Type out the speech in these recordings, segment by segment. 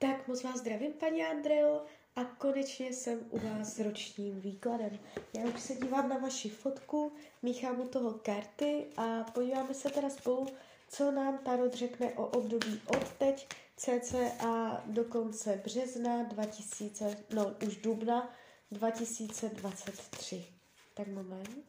Tak moc vás zdravím, paní Andreo, a konečně jsem u vás s ročním výkladem. Já už se dívám na vaši fotku, míchám u toho karty a podíváme se teda spolu, co nám tarot řekne o období od teď, cca do konce března už dubna 2023. Tak moment.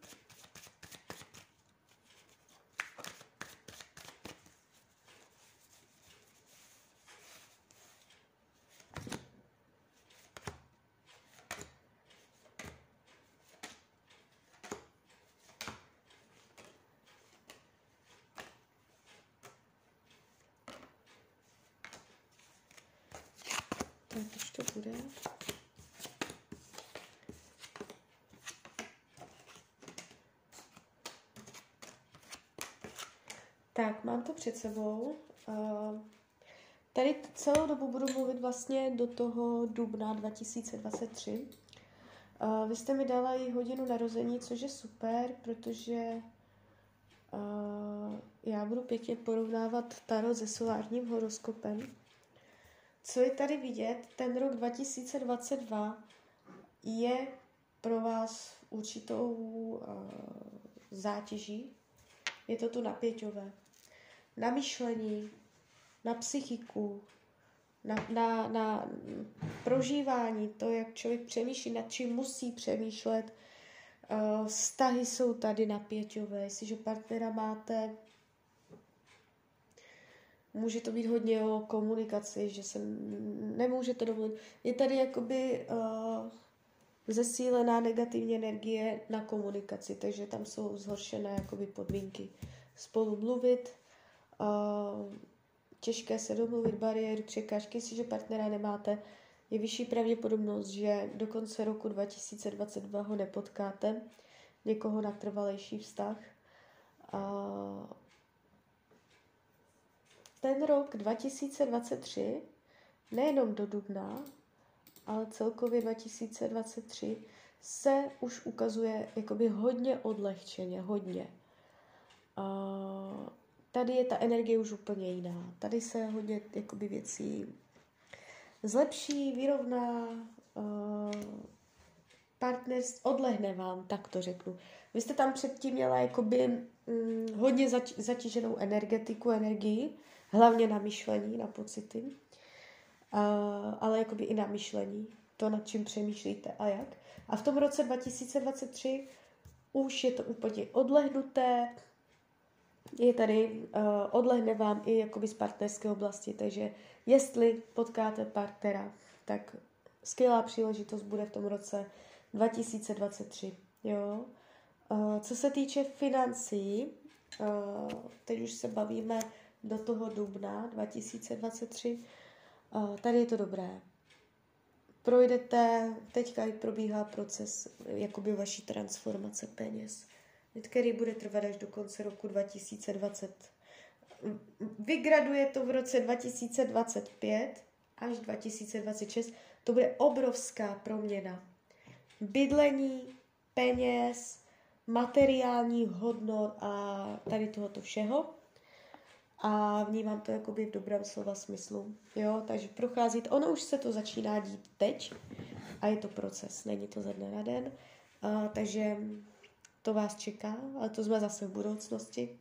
Tak už to bude. Tak, mám to před sebou. Tady celou dobu budu mluvit vlastně do toho dubna 2023. Vy jste mi dala i hodinu narození, což je super, protože já budu pěkně porovnávat tarot se solárním horoskopem. Co je tady vidět, ten rok 2022 je pro vás určitou zátěží. Je to tu napěťové. Na myšlení, na psychiku, na prožívání, to, jak člověk přemýšlí, nad čím musí přemýšlet. Vztahy jsou tady napěťové. Jestliže partnera máte, může to být hodně o komunikaci, že se nemůžete domluvit. Je tady jakoby zesílená negativní energie na komunikaci, takže tam jsou zhoršené jakoby podmínky. Spolu mluvit, těžké se domluvit, bariéry, překážky, jestliže partnera nemáte, je vyšší pravděpodobnost, že do konce roku 2022 ho nepotkáte, někoho na trvalejší vztah. Ten rok 2023, nejenom do dubna, ale celkově 2023, se už ukazuje jakoby hodně odlehčeně, hodně. Tady je ta energie už úplně jiná. Tady se hodně jakoby věcí zlepší, vyrovná, partnerství odlehne vám, tak to řeknu. Vy jste tam předtím měla jakoby hodně zatíženou energii, hlavně na myšlení, na pocity, ale jakoby i na myšlení, to, nad čím přemýšlíte a jak. A v tom roce 2023 už je to úplně odlehnuté, je tady, odlehne vám i jakoby z partnerské oblasti, takže jestli potkáte partnera, tak skvělá příležitost bude v tom roce 2023. Jo? Co se týče financí, teď už se bavíme do toho dubna 2023, tady je to dobré. Projdete, teďka probíhá proces jakoby vaší transformace peněz, který bude trvat až do konce roku 2020. Vygraduje to v roce 2025 až 2026. To bude obrovská proměna. Bydlení, peněz, materiální hodnot a tady tohoto všeho. A vnímám to jakoby v dobrém slova smyslu. Jo? Takže prochází, ono už se to začíná dít teď a je to proces, není to ze dne na den. Takže to vás čeká, ale to jsme zase v budoucnosti.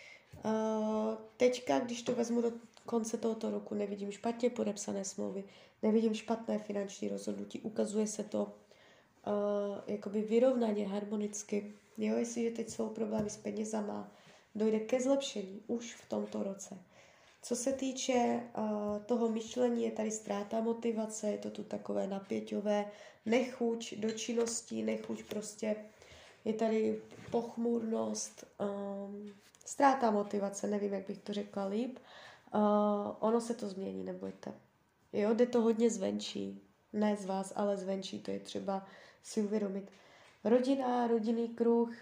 Teďka, když to vezmu do konce tohoto roku, nevidím špatně podepsané smlouvy, nevidím špatné finanční rozhodnutí, ukazuje se to jakoby vyrovnaně, harmonicky. Jo, jestliže teď jsou problémy s penězama, dojde ke zlepšení už v tomto roce. Co se týče toho myšlení, je tady ztráta motivace, je to tu takové napěťové, nechuť do činností, nechuť prostě, je tady pochmurnost, ztráta motivace, nevím, jak bych to řekla líp. Ono se to změní, nebojte. Jo, jde to hodně zvenčí, ne z vás, ale zvenčí, to je třeba si uvědomit. Rodina, rodinný kruh,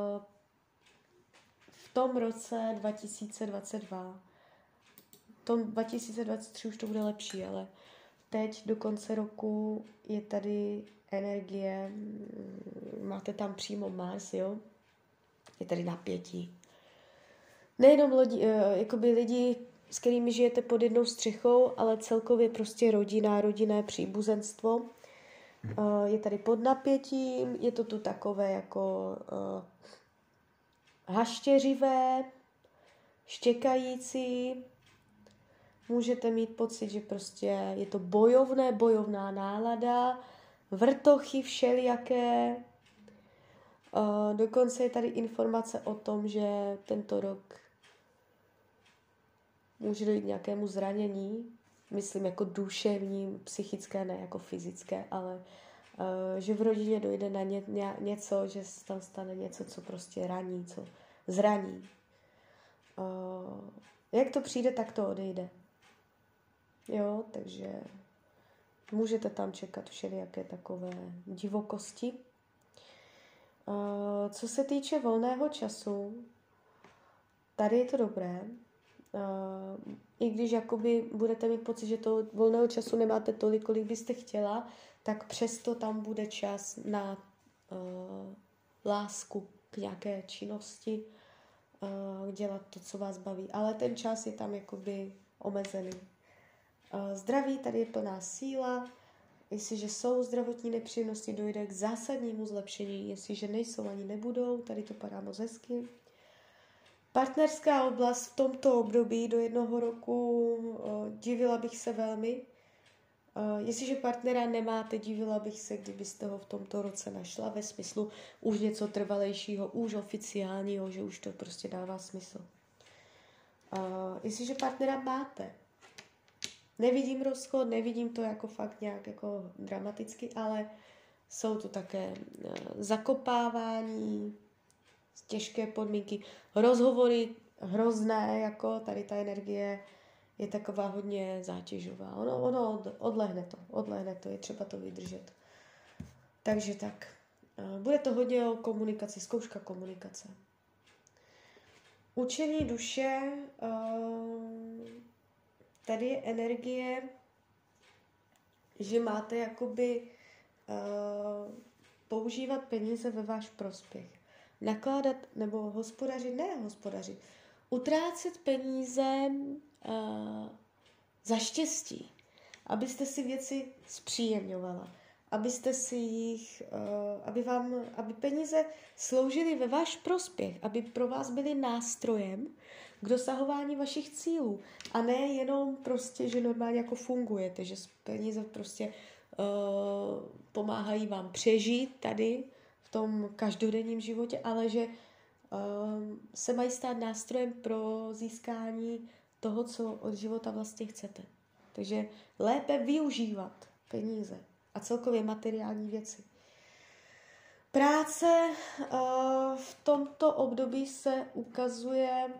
v tom roce 2022, v tom 2023 už to bude lepší, ale teď do konce roku je tady energie, máte tam přímo Mars, jo? Je tady napětí. Nejenom jakoby lidi s kterými žijete pod jednou střechou, ale celkově prostě rodina, rodinné příbuzenstvo. Je tady pod napětím, je to tu takové jako haštěřivé, štěkající. Můžete mít pocit, že prostě je to bojovná nálada, vrtochy všelijaké. Dokonce je tady informace o tom, že tento rok může dojít nějakému zranění, myslím jako duševní, psychické, ne jako fyzické, ale že v rodině dojde na něco, že se tam stane něco, co prostě raní, co zraní. Jak to přijde, tak to odejde. Jo, takže můžete tam čekat všelijaké takové divokosti. Co se týče volného času, tady je to dobré. I když jakoby budete mít pocit, že to volného času nemáte tolik, kolik byste chtěla, tak přesto tam bude čas na lásku k nějaké činnosti, dělat to, co vás baví. Ale ten čas je tam jakoby omezený. Zdraví, tady je plná síla. Jestliže jsou zdravotní nepříjemnosti, dojde k zásadnímu zlepšení. Jestliže nejsou ani nebudou, tady to padá moc hezky. Partnerská oblast v tomto období do 1 roku, divila bych se velmi. Jestliže partnera nemáte, divila bych se, kdybyste ho v tomto roce našla, ve smyslu už něco trvalejšího, už oficiálního, že už to prostě dává smysl. Jestliže partnera máte, nevidím rozchod, nevidím to jako fakt nějak jako dramaticky, ale jsou tu také zakopávání, těžké podmínky, rozhovory hrozné, jako tady ta energie je taková hodně zátěžová. Ono odlehne to, je třeba to vydržet. Takže tak. Bude to hodně o komunikaci, zkouška komunikace. Učení duše, tady je energie, že máte jakoby používat peníze ve váš prospěch. Nakládat nebo hospodařit, utrácet peníze za štěstí, abyste si věci zpříjemňovala, abyste si jich, aby peníze sloužily ve váš prospěch, aby pro vás byly nástrojem k dosahování vašich cílů a ne jenom prostě, že normálně jako fungujete, že peníze prostě pomáhají vám přežít tady v tom každodenním životě, ale že se mají stát nástrojem pro získání toho, co od života vlastně chcete. Takže lépe využívat peníze a celkově materiální věci. Práce v tomto období se ukazuje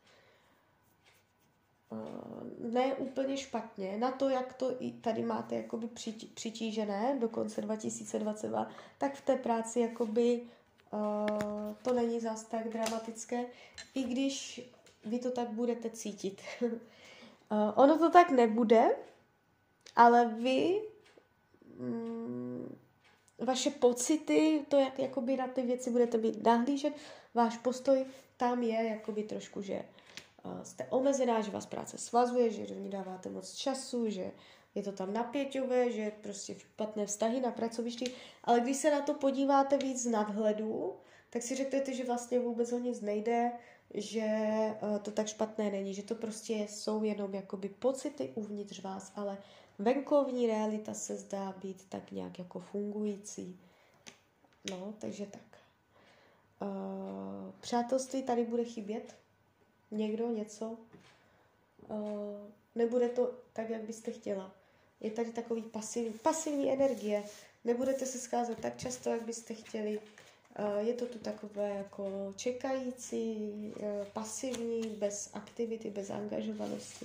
ne úplně špatně. Na to, jak to i tady máte jakoby přitížené do konce 2022, tak v té práci jakoby to není zas tak dramatické, i když vy to tak budete cítit. Ono to tak nebude, ale vy, vaše pocity, to, jak jakoby na ty věci budete být nahlížet, váš postoj tam je jakoby trošku, že jste omezená, že vás práce svazuje, že do ní dáváte moc času, že je to tam napěťové, že prostě špatné vztahy na pracovišti, ale když se na to podíváte víc z nadhledu, tak si řeknete, že vlastně vůbec o nic nejde, že to tak špatné není, že to prostě jsou jenom jakoby pocity uvnitř vás, ale venkovní realita se zdá být tak nějak jako fungující. No, takže tak. Přátelství tady bude chybět. Někdo, něco. Nebude to tak, jak byste chtěla. Je tady takový pasivní energie. Nebudete se scházet tak často, jak byste chtěli. Je to tu takové jako čekající, pasivní, bez aktivity, bez angažovanosti.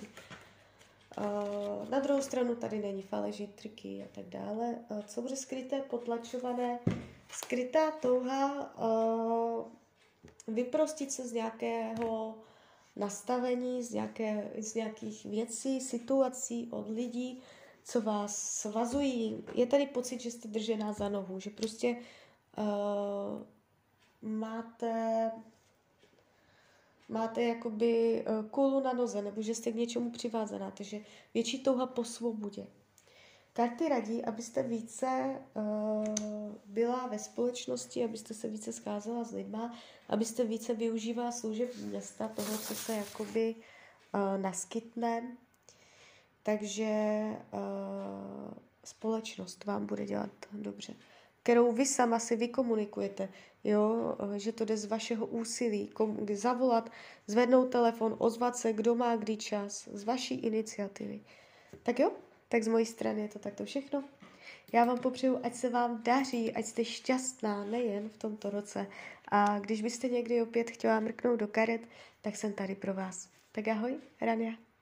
Na druhou stranu tady není faleží, triky a tak dále. Co bude skryté, potlačované? Skrytá touha vyprostit se z nějakého nastavení, z nějakých věcí, situací, od lidí, co vás svazují. Je tady pocit, že jste držená za nohu, že prostě máte máte jakoby kůlu na noze, nebo že jste k něčemu přivázaná, takže větší touha po svobodě. Karty radí, abyste více byla ve společnosti, abyste se více scházela s lidma, abyste více využívala služeb města, toho, co se jakoby naskytne. Takže společnost vám bude dělat dobře, kterou vy sama si vykomunikujete, jo? Že to jde z vašeho úsilí, zavolat, zvednout telefon, ozvat se, kdo má kdy čas, z vaší iniciativy. Tak jo, tak z mojí strany je to takto všechno. Já vám popřeju, ať se vám daří, ať jste šťastná nejen v tomto roce. A když byste někdy opět chtěla mrknout do karet, tak jsem tady pro vás. Tak ahoj, Rania.